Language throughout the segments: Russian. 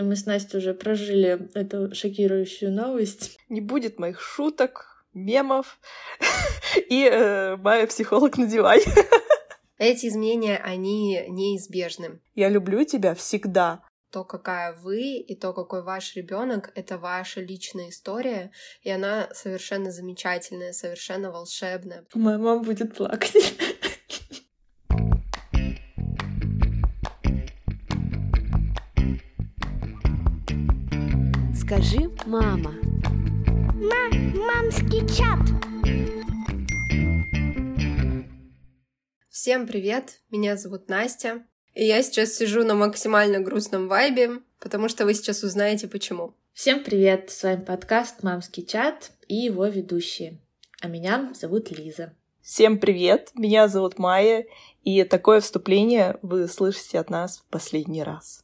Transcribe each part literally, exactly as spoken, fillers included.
Мы с Настей уже прожили эту шокирующую новость. Не будет моих шуток, мемов и э, моя психолог на диване. Эти изменения, они неизбежны. Я люблю тебя всегда. То, какая вы и то, какой ваш ребенок, это ваша личная история, и она совершенно замечательная, совершенно волшебная. Моя мама будет плакать. Скажи, мама. Мамский чат. Всем привет, меня зовут Настя, и я сейчас сижу на максимально грустном вайбе, потому что вы сейчас узнаете почему. Всем привет, с вами подкаст «Мамский чат» и его ведущие, а меня зовут Лиза. Всем привет, меня зовут Майя, и такое вступление вы слышите от нас в последний раз.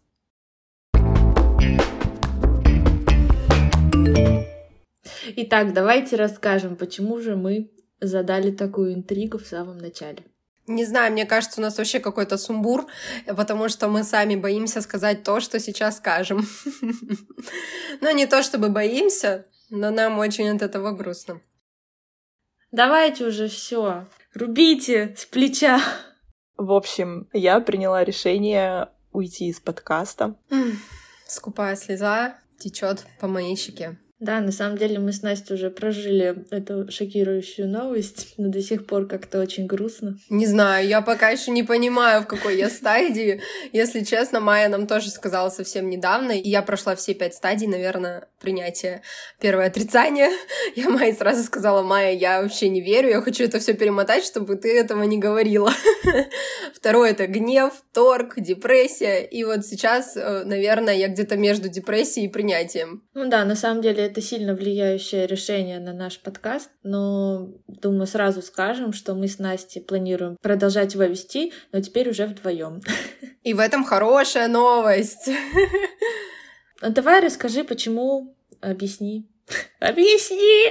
Итак, давайте расскажем, почему же мы задали такую интригу в самом начале. Не знаю, мне кажется, у нас вообще какой-то сумбур, потому что мы сами боимся сказать то, что сейчас скажем. Ну, не то чтобы боимся, но нам очень от этого грустно. Давайте уже все, рубите с плеча. В общем, я приняла решение уйти из подкаста. Скупая слеза течет по моей щеке. Да, на самом деле мы с Настей уже прожили эту шокирующую новость, но до сих пор как-то очень грустно. Не знаю, я пока еще не понимаю, в какой я стадии. Если честно, Майя нам тоже сказала совсем недавно, и я прошла все пять стадий, наверное, принятия. Первое — отрицание. Я Майе сразу сказала: Майя, я вообще не верю, я хочу это все перемотать, чтобы ты этого не говорила. Второе — это гнев, торг, депрессия. И вот сейчас, наверное, я где-то между депрессией и принятием. Ну да, на самом деле это сильно влияющее решение на наш подкаст, но, думаю, сразу скажем, что мы с Настей планируем продолжать его вести, но теперь уже вдвоем. И в этом хорошая новость. Ну, давай расскажи, почему, объясни. Объясни!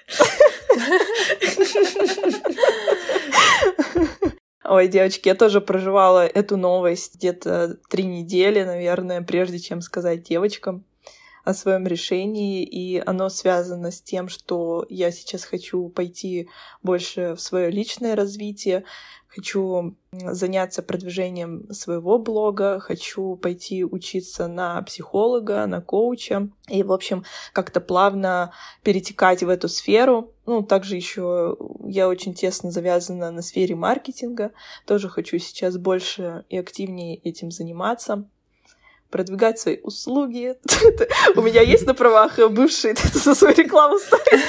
Ой, девочки, я тоже проживала эту новость где-то три недели, наверное, прежде чем сказать девочкам о своем решении, и оно связано с тем, что я сейчас хочу пойти больше в свое личное развитие, хочу заняться продвижением своего блога, хочу пойти учиться на психолога, на коуча, и, в общем, как-то плавно перетекать в эту сферу. Ну, также еще я очень тесно завязана на сфере маркетинга, тоже хочу сейчас больше и активнее этим заниматься, продвигать свои услуги. У меня есть на правах бывший за свою рекламу ставить.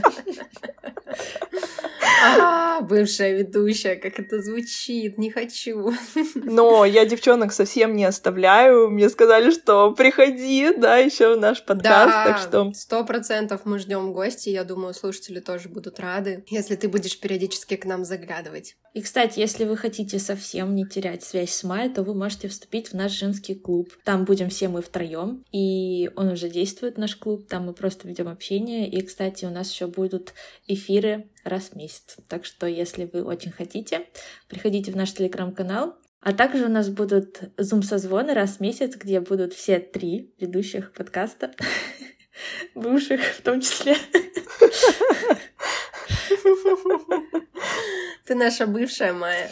А, бывшая ведущая, как это звучит, не хочу. Но я девчонок совсем не оставляю. Мне сказали, что приходи, да, еще в наш подкаст, да, так что... сто процентов мы ждем гостей. Я думаю, слушатели тоже будут рады, если ты будешь периодически к нам заглядывать. И, кстати, если вы хотите совсем не терять связь с Майей, то вы можете вступить в наш женский клуб. Там будем все мы втроем, и он уже действует, наш клуб. Там мы просто ведем общение. И, кстати, у нас еще будут эфиры раз в месяц. Так что, если вы очень хотите, приходите в наш телеграм-канал. А также у нас будут зум-созвоны раз в месяц, где будут все три ведущих подкаста, бывших в том числе. Ты наша бывшая, Майя.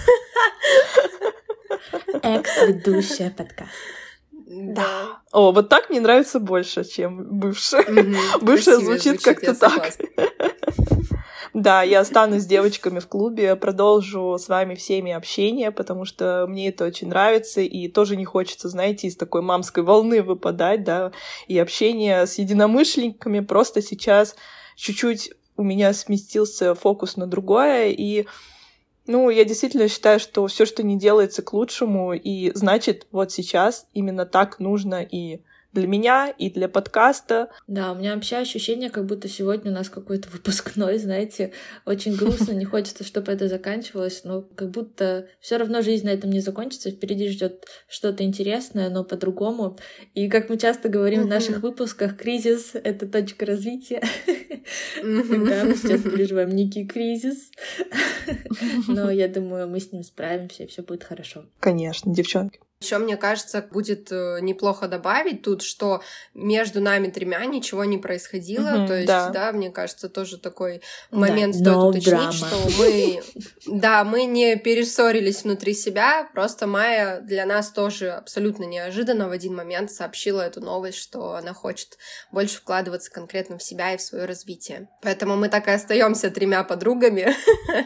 Экс-ведущая подкаста. Да. О, вот так мне нравится больше, чем бывшая. Бывшая звучит как-то так. Да, я останусь с девочками в клубе, продолжу с вами всеми общение, потому что мне это очень нравится, и тоже не хочется, знаете, из такой мамской волны выпадать, да, и общение с единомышленниками. Просто сейчас чуть-чуть у меня сместился фокус на другое, и, ну, я действительно считаю, что все, что не делается к лучшему, и значит, вот сейчас именно так нужно и для меня, и для подкаста. Да, у меня вообще ощущение, как будто сегодня у нас какой-то выпускной, знаете, очень грустно, не хочется, чтобы это заканчивалось, но как будто все равно жизнь на этом не закончится, впереди ждет что-то интересное, но по-другому. И как мы часто говорим в наших выпусках, кризис — это точка развития. Да, мы сейчас переживаем некий кризис, но я думаю, мы с ним справимся, и все будет хорошо. Конечно, девчонки. Еще, мне кажется, будет неплохо добавить тут, что между нами тремя ничего не происходило. Mm-hmm, то есть, да. да, мне кажется, тоже такой момент да, стоит no уточнить, drama. Что мы, да, мы не перессорились внутри себя, просто Майя для нас тоже абсолютно неожиданно в один момент сообщила эту новость, что она хочет больше вкладываться конкретно в себя и в свое развитие. Поэтому мы так и остаемся тремя подругами,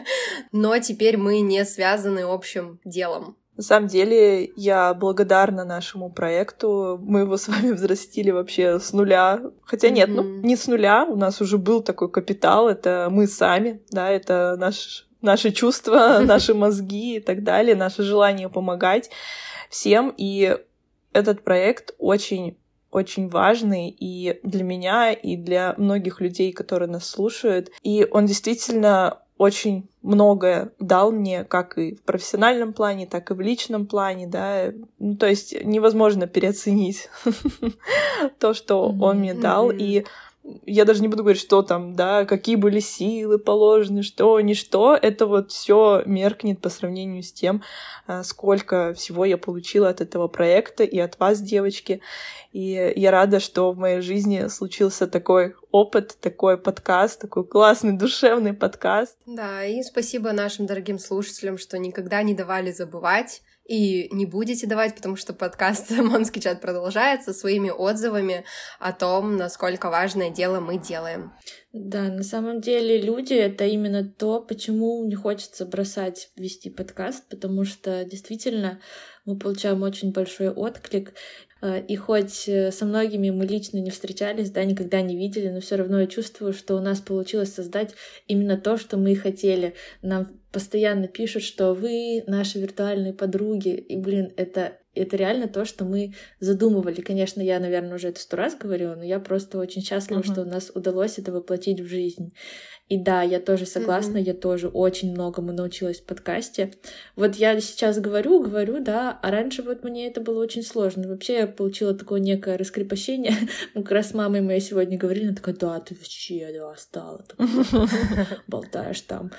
но теперь мы не связаны общим делом. На самом деле, я благодарна нашему проекту. Мы его с вами взрастили вообще с нуля. Хотя нет, mm-hmm. ну, не с нуля. У нас уже был такой капитал. Это мы сами, да, это наш, наши чувства, наши мозги и так далее, наше желание помогать всем. И этот проект очень, очень важный и для меня, и для многих людей, которые нас слушают. И он действительно очень многое дал мне, как и в профессиональном плане, так и в личном плане, да, ну, то есть невозможно переоценить то, что он мне дал, и я даже не буду говорить, что там, да, какие были силы положены, что, не что, это вот все меркнет по сравнению с тем, сколько всего я получила от этого проекта и от вас, девочки. И я рада, что в моей жизни случился такой опыт, такой подкаст, такой классный, душевный подкаст. Да, и спасибо нашим дорогим слушателям, что никогда не давали забывать и не будете давать, потому что подкаст «Мамский чат» продолжается своими отзывами о том, насколько важное дело мы делаем. Да, на самом деле люди — это именно то, почему не хочется бросать вести подкаст, потому что действительно мы получаем очень большой отклик. И хоть со многими мы лично не встречались, да, никогда не видели, но все равно я чувствую, что у нас получилось создать именно то, что мы и хотели. Нам постоянно пишут, что вы наши виртуальные подруги, и, блин, это, это реально то, что мы задумывали. Конечно, я, наверное, уже это сто раз говорила, но я просто очень счастлива, uh-huh. что у нас удалось это воплотить в жизнь. И да, я тоже согласна, mm-hmm. я тоже очень многому научилась в подкасте. Вот я сейчас говорю, говорю, да, а раньше вот мне это было очень сложно. Вообще я получила такое некое раскрепощение. Мы как раз с мамой моей сегодня говорили, она такая, да, ты вообще, да, стала, болтаешь там.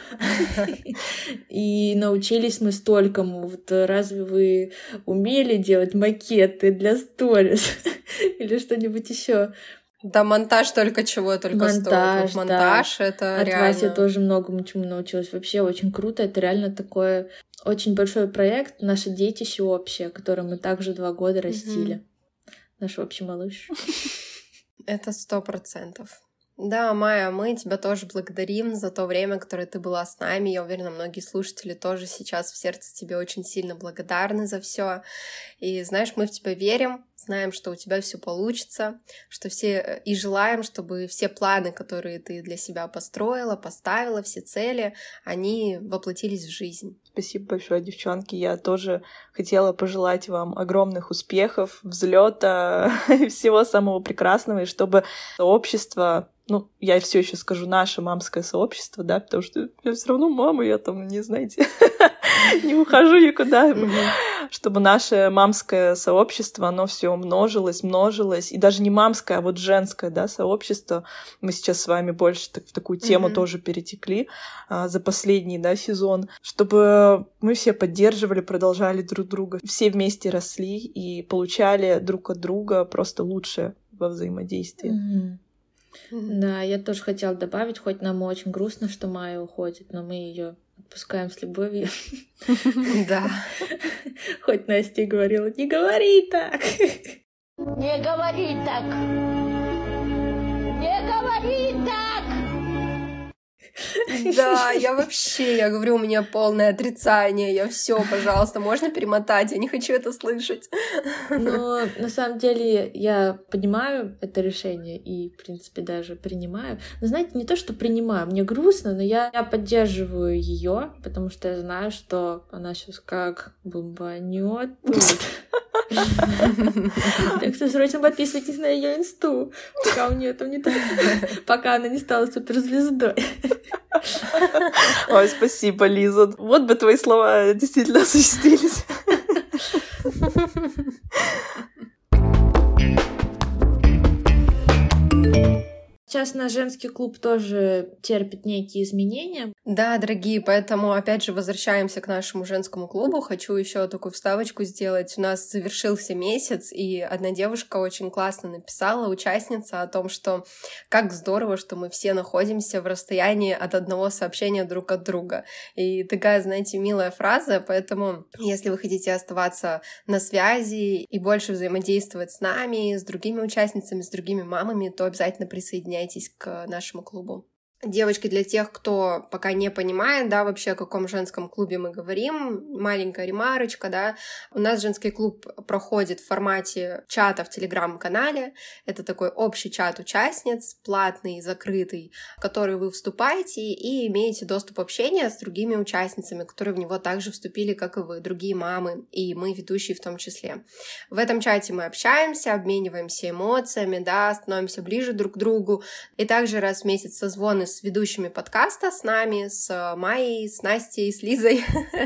И научились мы столькому. Вот разве вы умели делать макеты для сторис или что-нибудь еще? Да, монтаж только чего только монтаж, стоит. Вот монтаж, да. Это От реально... вас я тоже многому чему научилась. Вообще очень круто. Это реально такой очень большой проект, наше детище общее, которое мы также два года растили. Mm-hmm. Наш общий малыш. Это сто процентов. Да, Майя, мы тебя тоже благодарим за то время, которое ты была с нами. Я уверена, многие слушатели тоже сейчас в сердце тебе очень сильно благодарны за все. И знаешь, мы в тебя верим, знаем, что у тебя все получится, что все и желаем, чтобы все планы, которые ты для себя построила, поставила, все цели, они воплотились в жизнь. Спасибо большое, девчонки. Я тоже хотела пожелать вам огромных успехов, взлета и всего самого прекрасного, и чтобы сообщество, ну, я все еще скажу наше мамское сообщество, да, потому что я все равно мама, я там, не знаете, не ухожу никуда, чтобы наше мамское сообщество, оно все множилось, множилось, и даже не мамское, а вот женское, да, сообщество. Мы сейчас с вами больше так, в такую тему тоже перетекли а, за последний, да, сезон, чтобы мы все поддерживали, продолжали друг друга, все вместе росли и получали друг от друга просто лучшее во взаимодействии. Mm-hmm. Да, я тоже хотела добавить, хоть нам очень грустно, что Майя уходит, но мы ее отпускаем с любовью. Да. Хоть Настя и говорила, не говори так. Не говори так. Не говори так. Да, я вообще, я говорю, у меня полное отрицание, я все, пожалуйста, можно перемотать, я не хочу это слышать. Но на самом деле я понимаю это решение и, в принципе, даже принимаю. Но знаете, не то, что принимаю, мне грустно, но я, я поддерживаю ее, потому что я знаю, что она сейчас как бомбанет тут. Так что срочно подписывайтесь на ее инсту, пока у нее там не так, пока она не стала суперзвездой. Ой, спасибо, Лиза. Вот бы твои слова действительно осуществились. Сейчас наш женский клуб тоже терпит некие изменения. Да, дорогие, поэтому опять же возвращаемся к нашему женскому клубу. Хочу еще такую вставочку сделать. У нас завершился месяц, и одна девушка очень классно написала, участница, о том, что как здорово, что мы все находимся в расстоянии от одного сообщения друг от друга. И такая, знаете, милая фраза, поэтому если вы хотите оставаться на связи и больше взаимодействовать с нами, с другими участницами, с другими мамами, то обязательно присоединяйтесь к нашему клубу. Девочки, для тех, кто пока не понимает, да, вообще о каком женском клубе мы говорим, маленькая ремарочка, да, у нас женский клуб проходит в формате чата в Телеграм-канале, это такой общий чат участниц, платный, закрытый, в который вы вступаете и имеете доступ общения с другими участницами, которые в него также вступили, как и вы, другие мамы, и мы, ведущие в том числе. В этом чате мы общаемся, обмениваемся эмоциями, да, становимся ближе друг к другу, и также раз в месяц созвоны с ведущими подкаста, с нами, с Майей, с Настей, с Лизой.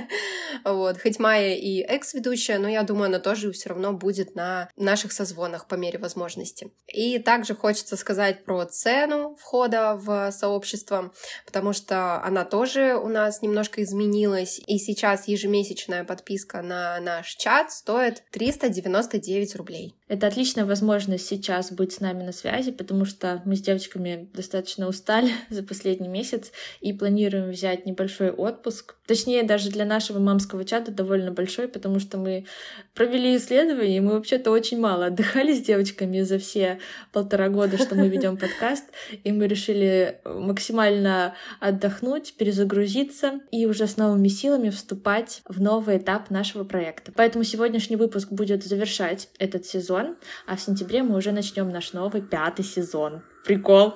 Вот. Хоть Майя и экс-ведущая, но я думаю, она тоже все равно будет на наших созвонах по мере возможности. И также хочется сказать про цену входа в сообщество, потому что она тоже у нас немножко изменилась, и сейчас ежемесячная подписка на наш чат стоит триста девяносто девять рублей. Это отличная возможность сейчас быть с нами на связи, потому что мы с девочками достаточно устали за последний месяц и планируем взять небольшой отпуск. Точнее, даже для нашего мамского чата довольно большой, потому что мы провели исследование, и мы вообще-то очень мало отдыхали с девочками за все полтора года, что мы ведем подкаст, и мы решили максимально отдохнуть, перезагрузиться и уже с новыми силами вступать в новый этап нашего проекта. Поэтому сегодняшний выпуск будет завершать этот сезон, а в сентябре мы уже начнем наш новый пятый сезон. Прикол.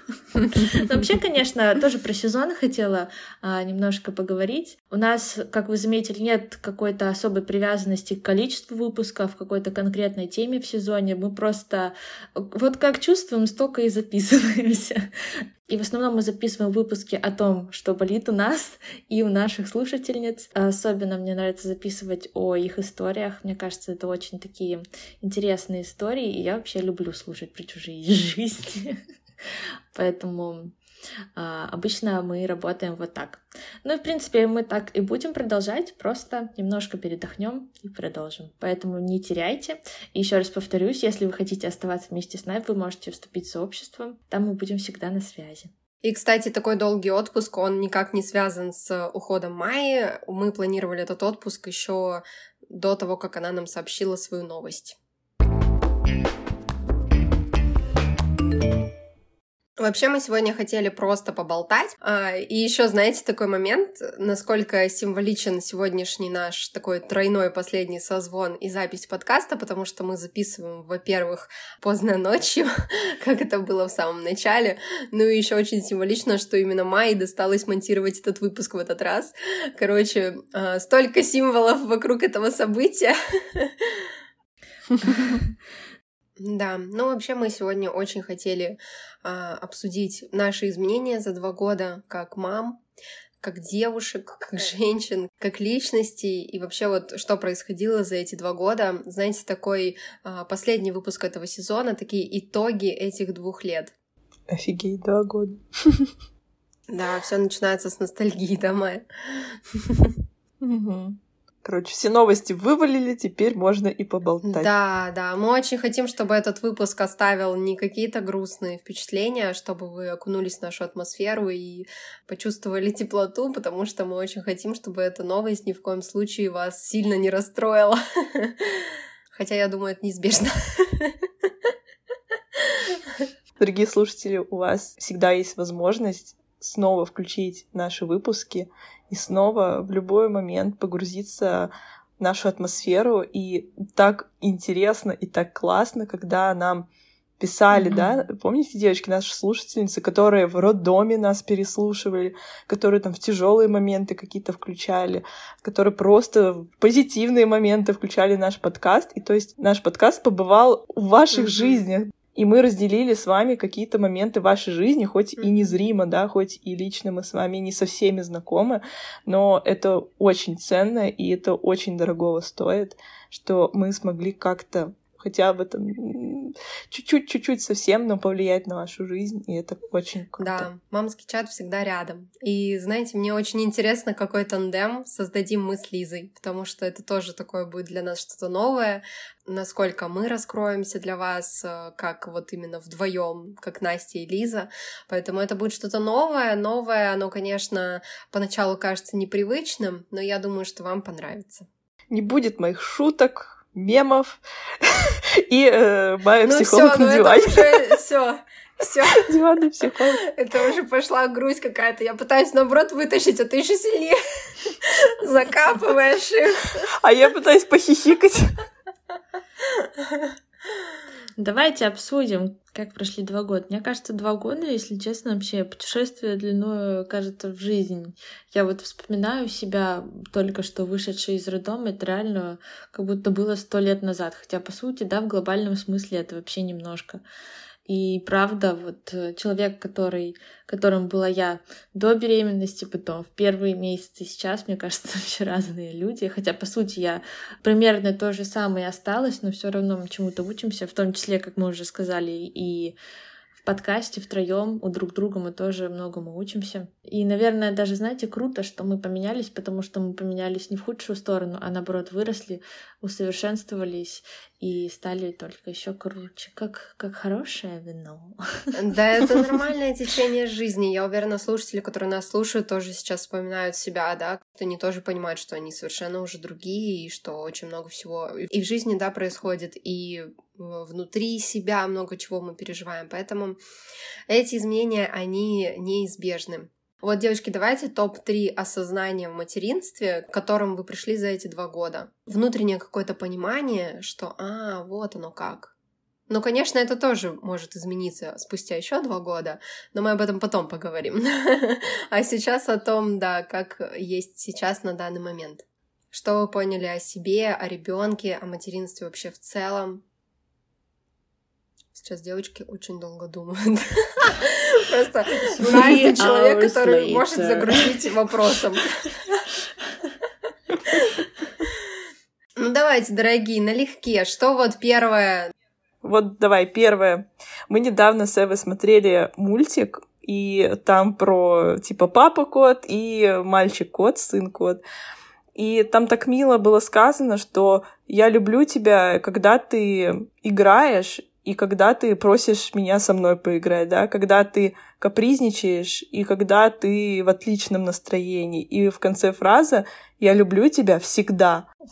Вообще, конечно, тоже про сезон хотела а, немножко поговорить. У нас, как вы заметили, нет какой-то особой привязанности к количеству выпусков, к какой-то конкретной теме в сезоне. Мы просто вот как чувствуем, столько и записываемся. И в основном мы записываем выпуски о том, что болит у нас и у наших слушательниц. Особенно мне нравится записывать о их историях. Мне кажется, это очень такие интересные истории, и я вообще люблю слушать про чужие жизни. Поэтому а, обычно мы работаем вот так. Ну и, в принципе, мы так и будем продолжать, просто немножко передохнем и продолжим. Поэтому не теряйте. И еще раз повторюсь, если вы хотите оставаться вместе с нами, вы можете вступить в сообщество. Там мы будем всегда на связи. И, кстати, такой долгий отпуск, он никак не связан с уходом Майи. Мы планировали этот отпуск еще до того, как она нам сообщила свою новость. Вообще мы сегодня хотели просто поболтать. А, и еще, знаете, такой момент, насколько символичен сегодняшний наш такой тройной последний созвон и запись подкаста, потому что мы записываем, во-первых, поздно ночью, как это было в самом начале. Ну и еще очень символично, что именно Майе досталось монтировать этот выпуск в этот раз. Короче, а, столько символов вокруг этого события. Да, ну вообще мы сегодня очень хотели а, обсудить наши изменения за два года как мам, как девушек, как женщин, как личностей, и вообще вот что происходило за эти два года. Знаете, такой а, последний выпуск этого сезона, такие итоги этих двух лет. Офигеть, два года. Да, все начинается с ностальгии, да, Майя? Короче, все новости вывалили, теперь можно и поболтать. Да, да, мы очень хотим, чтобы этот выпуск оставил не какие-то грустные впечатления, чтобы вы окунулись в нашу атмосферу и почувствовали теплоту, потому что мы очень хотим, чтобы эта новость ни в коем случае вас сильно не расстроила. Хотя, я думаю, это неизбежно. Дорогие слушатели, у вас всегда есть возможность снова включить наши выпуски и снова в любой момент погрузиться в нашу атмосферу. И так интересно и так классно, когда нам писали, mm-hmm. да, помните, девочки, наши слушательницы, которые в роддоме нас переслушивали, которые там в тяжелые моменты какие-то включали, которые просто в позитивные моменты включали наш подкаст. И то есть наш подкаст побывал в ваших mm-hmm. жизнях. И мы разделили с вами какие-то моменты вашей жизни, хоть и незримо, да, хоть и лично мы с вами не со всеми знакомы, но это очень ценно, и это очень дорогого стоит, что мы смогли как-то хотя бы там чуть-чуть, чуть-чуть совсем, но повлиять на вашу жизнь, и это очень круто. Да, мамский чат всегда рядом. И, знаете, мне очень интересно, какой тандем создадим мы с Лизой, потому что это тоже такое будет для нас что-то новое, насколько мы раскроемся для вас, как вот именно вдвоем, как Настя и Лиза. Поэтому это будет что-то новое. Новое, оно, конечно, поначалу кажется непривычным, но я думаю, что вам понравится. Не будет моих шуток, мемов и э, моя ну психолог всё, на ну диване. Это все, все. Диванный психолог. Это уже пошла грусть какая-то. Я пытаюсь, наоборот, вытащить, а ты еще сильнее закапываешь их. А я пытаюсь похихикать. Давайте обсудим, как прошли два года. Мне кажется, два года, если честно, вообще путешествие длиной, кажется, в жизнь. Я вот вспоминаю себя, только что вышедшей из роддома, это реально как будто было сто лет назад. Хотя, по сути, да, в глобальном смысле это вообще немножко. И правда, вот человек, который, которым была я до беременности, потом в первые месяцы, сейчас, мне кажется, вообще разные люди. Хотя, по сути, я примерно то же самое осталась, но все равно мы чему-то учимся, в том числе, как мы уже сказали, и в подкасте втроем у друг друга мы тоже многому учимся. И, наверное, даже, знаете, круто, что мы поменялись, потому что мы поменялись не в худшую сторону, а наоборот выросли, усовершенствовались и стали только еще круче, как, как хорошее вино. Да, это нормальное течение жизни. Я уверена, слушатели, которые нас слушают, тоже сейчас вспоминают себя, да, они тоже понимают, что они совершенно уже другие, и что очень много всего и в жизни, да, происходит, и внутри себя много чего мы переживаем. Поэтому эти изменения, они неизбежны. Вот, девочки, давайте топ три осознания в материнстве, к которым вы пришли за эти два года. Внутреннее какое-то понимание, что «а, вот оно как». Ну, конечно, это тоже может измениться спустя еще два года, но мы об этом потом поговорим. А сейчас о том, да, как есть сейчас на данный момент. Что вы поняли о себе, о ребенке, о материнстве вообще в целом? Сейчас девочки очень долго думают. Просто Настя человек, который может загрузить вопросом. Ну давайте, дорогие, налегке. Что вот первое? Вот давай, первое. Мы недавно с Эвой смотрели мультик, и там про типа папа-кот и мальчик-кот, сын-кот. И там так мило было сказано, что я люблю тебя, когда ты играешь, и когда ты просишь меня со мной поиграть, да, когда ты капризничаешь, и когда ты в отличном настроении. И в конце фразы «я люблю тебя всегда». Ой,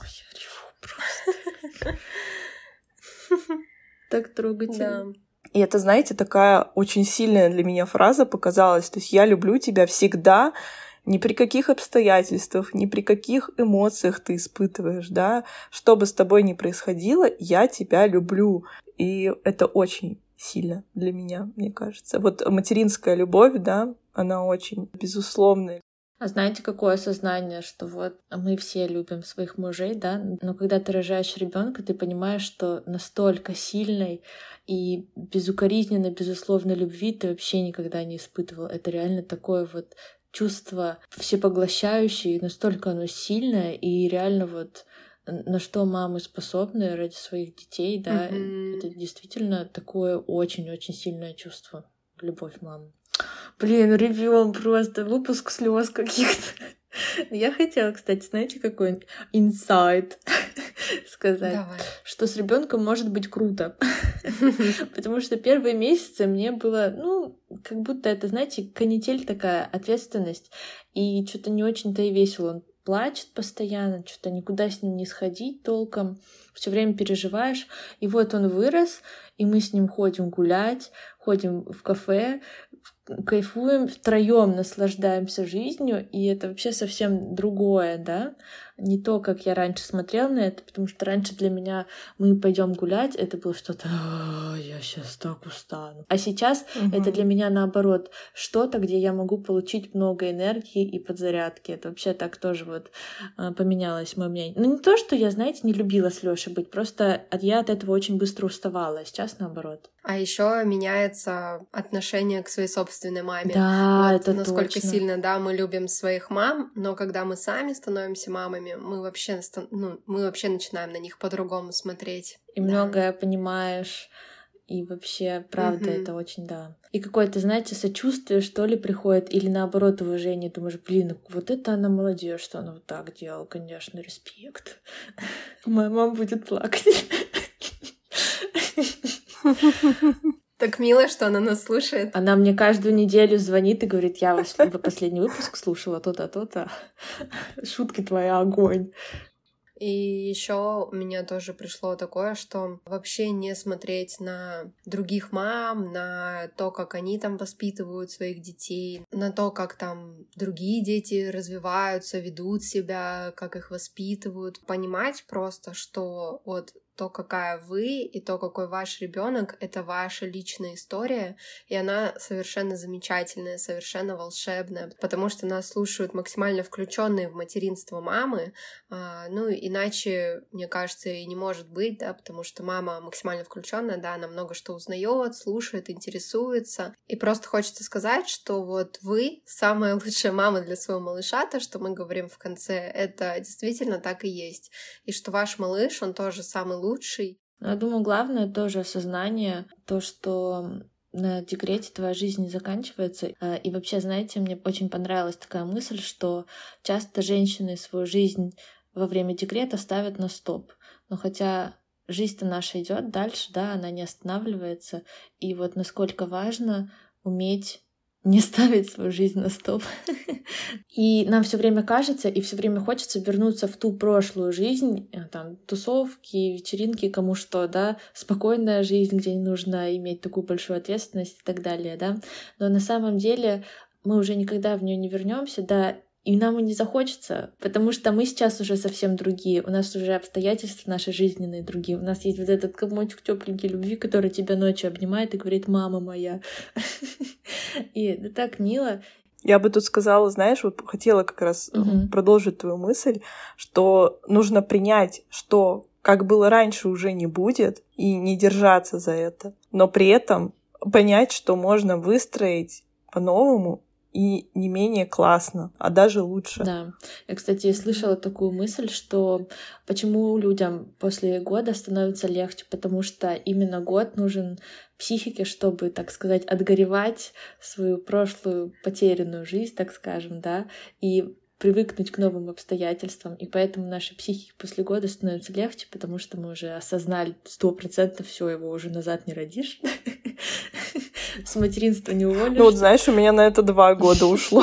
я реву просто. Так трогательно. И это, знаете, такая очень сильная для меня фраза показалась. То есть «я люблю тебя всегда», ни при каких обстоятельствах, ни при каких эмоциях ты испытываешь, да, что бы с тобой ни происходило, я тебя люблю. И это очень сильно для меня, мне кажется. Вот материнская любовь, да, она очень безусловная. А знаете, какое осознание, что вот мы все любим своих мужей, да, но когда ты рожаешь ребенка, ты понимаешь, что настолько сильной и безукоризненной, безусловной любви ты вообще никогда не испытывал. Это реально такое вот чувство всепоглощающее, и настолько оно сильное, и реально вот на что мамы способны ради своих детей, да, mm-hmm. это действительно такое очень-очень сильное чувство, любовь мамы. Блин, ревём просто, выпуск слез каких-то. Я хотела, кстати, знаете, какой инсайт сказать, Давай. Что с ребенком может быть круто. Потому что первые месяцы мне было, ну, как будто это, знаете, канитель такая, ответственность, и что-то не очень-то и весело. Он плачет постоянно, что-то никуда с ним не сходить толком, все время переживаешь. И вот он вырос, и мы с ним ходим гулять, ходим в кафе, кайфуем, втроем наслаждаемся жизнью, и это вообще совсем другое, да, не то, как я раньше смотрела на это, потому что раньше для меня мы пойдем гулять, это было что-то, я сейчас так устану. А сейчас угу. это для меня наоборот что-то, где я могу получить много энергии и подзарядки. Это вообще так тоже вот поменялось мое мнение. Ну не то, что я, знаете, не любила с Лёшей быть, просто я от этого очень быстро уставала, а сейчас наоборот. А еще меняется меняется отношение к своей собственной маме. Да, вот это насколько точно. сильно, да, мы любим своих мам, но когда мы сами становимся мамами, мы вообще, ну, мы вообще начинаем на них по-другому смотреть. И да. многое понимаешь, и вообще, правда, Мгм. это очень, да. И какое-то, знаете, сочувствие, что ли, приходит, или наоборот, уважение. Думаешь, блин, вот это она молодец, что она вот так делала, конечно, респект. Моя мама будет плакать. Так мило, что она нас слушает. Она мне каждую неделю звонит и говорит, я вас последний выпуск слушала, то-то, то-то. Шутки твои огонь. И еще у меня тоже пришло такое, что вообще не смотреть на других мам, на то, как они там воспитывают своих детей, на то, как там другие дети развиваются, ведут себя, как их воспитывают. Понимать просто, что вот то, какая вы, и то, какой ваш ребенок, это ваша личная история, и она совершенно замечательная, совершенно волшебная, потому что нас слушают максимально включенные в материнство мамы, а, ну, иначе, мне кажется, и не может быть, да, потому что мама максимально включенная, да, она много что узнает, слушает, интересуется, и просто хочется сказать, что вот вы самая лучшая мама для своего малыша, то, что мы говорим в конце, это действительно так и есть, и что ваш малыш, он тоже самый лучший. Я думаю, главное тоже осознание, то, что на декрете твоя жизнь не заканчивается. И вообще, знаете, мне очень понравилась такая мысль, что часто женщины свою жизнь во время декрета ставят на стоп. Но хотя жизнь-то наша идет дальше, да, она не останавливается. И вот насколько важно уметь не ставить свою жизнь на стоп. И нам все время кажется, и все время хочется вернуться в ту прошлую жизнь, там, тусовки, вечеринки, кому что, да, спокойная жизнь, где не нужно иметь такую большую ответственность и так далее, да. Но на самом деле мы уже никогда в нее не вернемся, да, и нам и не захочется, потому что мы сейчас уже совсем другие, у нас уже обстоятельства наши жизненные другие, у нас есть вот этот комочек тепленький любви, который тебя ночью обнимает и говорит: «Мама моя». И это так мило. Я бы тут сказала, знаешь, вот хотела как раз Мгм. продолжить твою мысль, что нужно принять, что как было раньше, уже не будет, и не держаться за это, но при этом понять, что можно выстроить по-новому и не менее классно, а даже лучше. Да. Я, кстати, слышала такую мысль, что почему людям после года становится легче, потому что именно год нужен психике, чтобы, так сказать, отгоревать свою прошлую потерянную жизнь, так скажем, да, и привыкнуть к новым обстоятельствам. И поэтому нашей психике после года становится легче, потому что мы уже осознали сто процентов, все, его уже назад не родишь. С материнства не уволишь. Ну вот, знаешь, у меня на это два года ушло.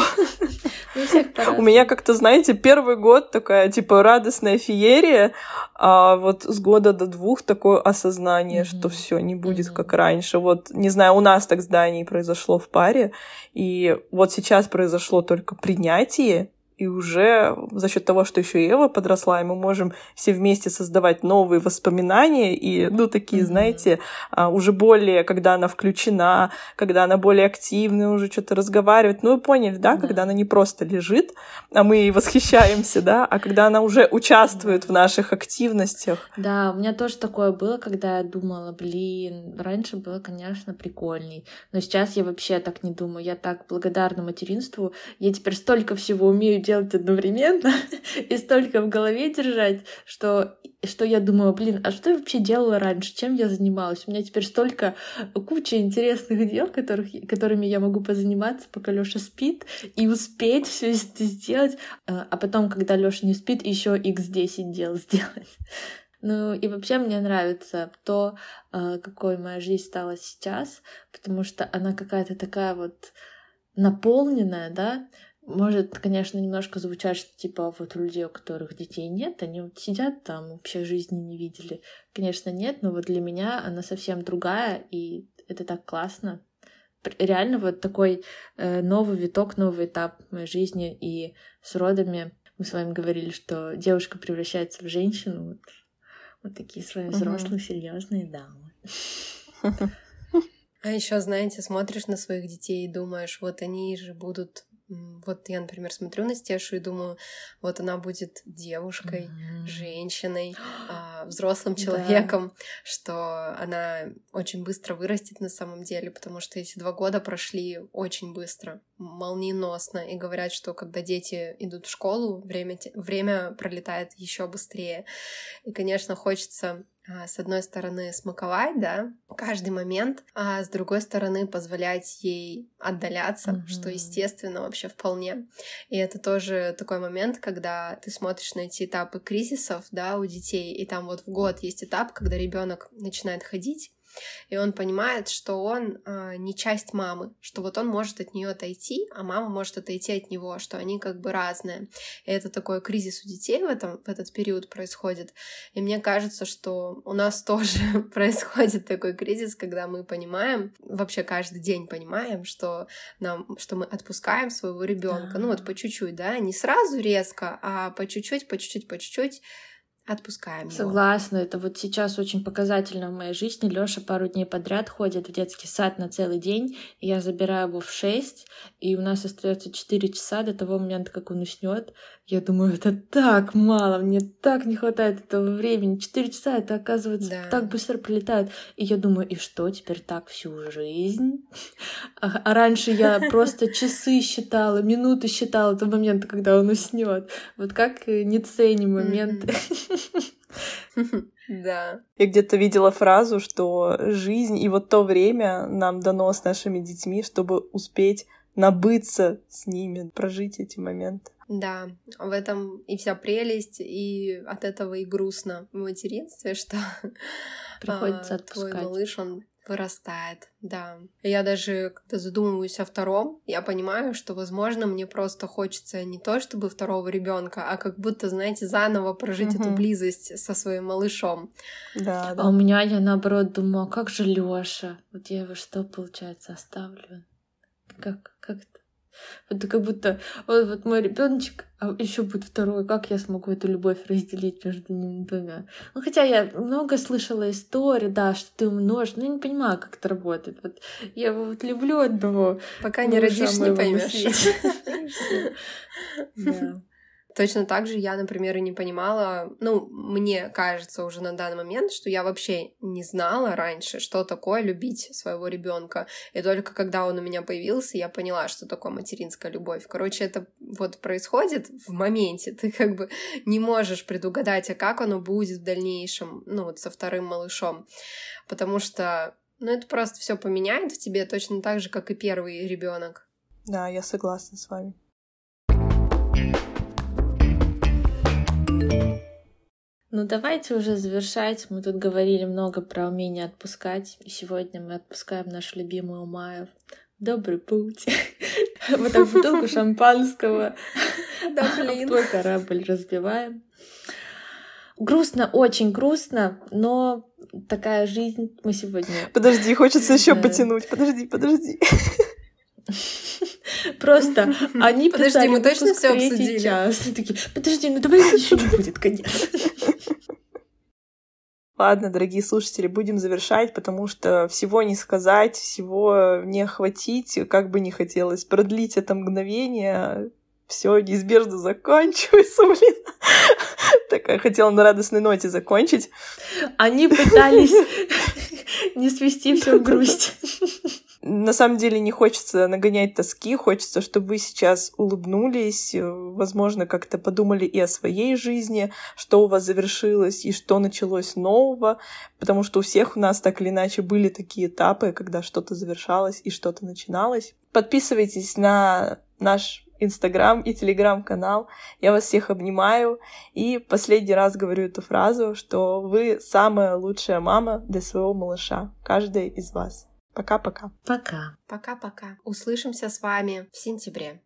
У меня как-то, знаете, первый год такая, типа, радостная феерия, а вот с года до двух такое осознание, что все не будет как раньше. Вот, не знаю, у нас так с Даней произошло в паре, и вот сейчас произошло только принятие, и уже за счет того, что еще и Эва подросла, и мы можем все вместе создавать новые воспоминания, и, ну, такие, mm-hmm. знаете, уже более, когда она включена, когда она более активная, уже что-то разговаривает. Ну, вы поняли, да, yeah. когда она не просто лежит, а мы ей восхищаемся, да, а когда она уже участвует yeah. в наших активностях. Да, у меня тоже такое было, когда я думала, блин, раньше было, конечно, прикольней, но сейчас я вообще так не думаю, я так благодарна материнству, я теперь столько всего умею делать одновременно и столько в голове держать, что, что я думаю, блин, а что я вообще делала раньше, чем я занималась? У меня теперь столько, куча интересных дел, которых, которыми я могу позаниматься, пока Лёша спит, и успеть все это сделать, а потом, когда Лёша не спит, еще икс десять дел сделать. Ну и вообще мне нравится то, какой моя жизнь стала сейчас, потому что она какая-то такая вот наполненная, да. Может, конечно, немножко звучать, что типа вот у людей, у которых детей нет, они вот сидят там, вообще жизни не видели. Конечно, нет, но вот для меня она совсем другая, и это так классно. Реально вот такой э, новый виток, новый этап моей жизни, и с родами мы с вами говорили, что девушка превращается в женщину. Вот, вот такие с вами взрослые, mm-hmm. серьезные дамы. А еще, знаете, смотришь на своих детей и думаешь, вот они же будут... Вот я, например, смотрю на Стешу и думаю, вот она будет девушкой, mm-hmm. женщиной, взрослым человеком, да. что она очень быстро вырастет на самом деле, потому что эти два года прошли очень быстро, молниеносно, и говорят, что когда дети идут в школу, время, время пролетает еще быстрее. И, конечно, хочется с одной стороны смаковать, да, каждый момент, а с другой стороны позволять ей отдаляться, mm-hmm. что естественно вообще вполне. И это тоже такой момент, когда ты смотришь на эти этапы кризисов, да, у детей, и там вот в год есть этап, когда ребенок начинает ходить, и он понимает, что он э, не часть мамы, что вот он может от нее отойти, а мама может отойти от него, что они как бы разные. И это такой кризис у детей в, этом, в этот период происходит. И мне кажется, что у нас тоже происходит такой кризис, когда мы понимаем, вообще каждый день понимаем, что, нам, что мы отпускаем своего ребенка. Ну вот по чуть-чуть, да, не сразу резко, а по чуть-чуть, по чуть-чуть, по чуть-чуть. Отпускаем его. Согласна, это вот сейчас очень показательно в моей жизни. Лёша пару дней подряд ходит в детский сад на целый день, и я забираю его в шесть, и у нас остается четыре часа до того момента, как он уснет. Я думаю, это так мало, мне так не хватает этого времени. Четыре часа, это, оказывается, да. так быстро пролетает. И я думаю, и что, теперь так всю жизнь? А, а раньше я просто часы считала, минуты считала до момента, когда он уснет. Вот как не ценим моменты. Да. Я где-то видела фразу, что жизнь и вот то время нам дано с нашими детьми, чтобы успеть набыться с ними, прожить эти моменты. Да, в этом и вся прелесть, и от этого и грустно в материнстве, что приходится а, отпускать. Твой малыш, он вырастает, да. Я даже, когда задумываюсь о втором, я понимаю, что, возможно, мне просто хочется не то чтобы второго ребенка, а как будто, знаете, заново прожить угу. эту близость со своим малышом. Да, да. А у меня, я наоборот думаю, а как же Лёша? Вот я его что, получается, оставлю? Как, как это? Вот как будто вот, вот мой ребеночек, а еще будет второй, как я смогу эту любовь разделить между ними двумя? Ну, хотя я много слышала историй, да, что ты умножишь, но я не понимаю, как это работает. Вот я вот люблю одного. Пока не родишь, не поймешь. Да. Точно так же я, например, и не понимала, ну, мне кажется уже на данный момент, что я вообще не знала раньше, что такое любить своего ребенка. И только когда он у меня появился, я поняла, что такое материнская любовь. Короче, это вот происходит в моменте. Ты как бы не можешь предугадать, а как оно будет в дальнейшем, ну, вот со вторым малышом. Потому что, ну, это просто все поменяет в тебе точно так же, как и первый ребенок. Да, я согласна с вами. Ну, давайте уже завершать. Мы тут говорили много про умение отпускать. И сегодня мы отпускаем нашу любимую Майю в добрый путь. Вот так бутылку шампанского в твой корабль разбиваем. Грустно, очень грустно, но такая жизнь мы сегодня... Подожди, хочется еще потянуть. Подожди, подожди. Просто они подожди, писали мы точно все третий обсудили. час. Такие, подожди, ну давай еще не будет, конечно. Ладно, дорогие слушатели, будем завершать, потому что всего не сказать, всего не охватить, как бы не хотелось продлить это мгновение. Все неизбежно заканчивается, блин. Так, я хотела на радостной ноте закончить. Они пытались не свести все в грусть. На самом деле не хочется нагонять тоски, хочется, чтобы вы сейчас улыбнулись, возможно, как-то подумали и о своей жизни, что у вас завершилось и что началось нового, потому что у всех у нас так или иначе были такие этапы, когда что-то завершалось и что-то начиналось. Подписывайтесь на наш Инстаграм и Телеграм-канал. Я вас всех обнимаю. И последний раз говорю эту фразу, что вы самая лучшая мама для своего малыша, каждая из вас. Пока-пока. Пока. Пока-пока. Услышимся с вами в сентябре.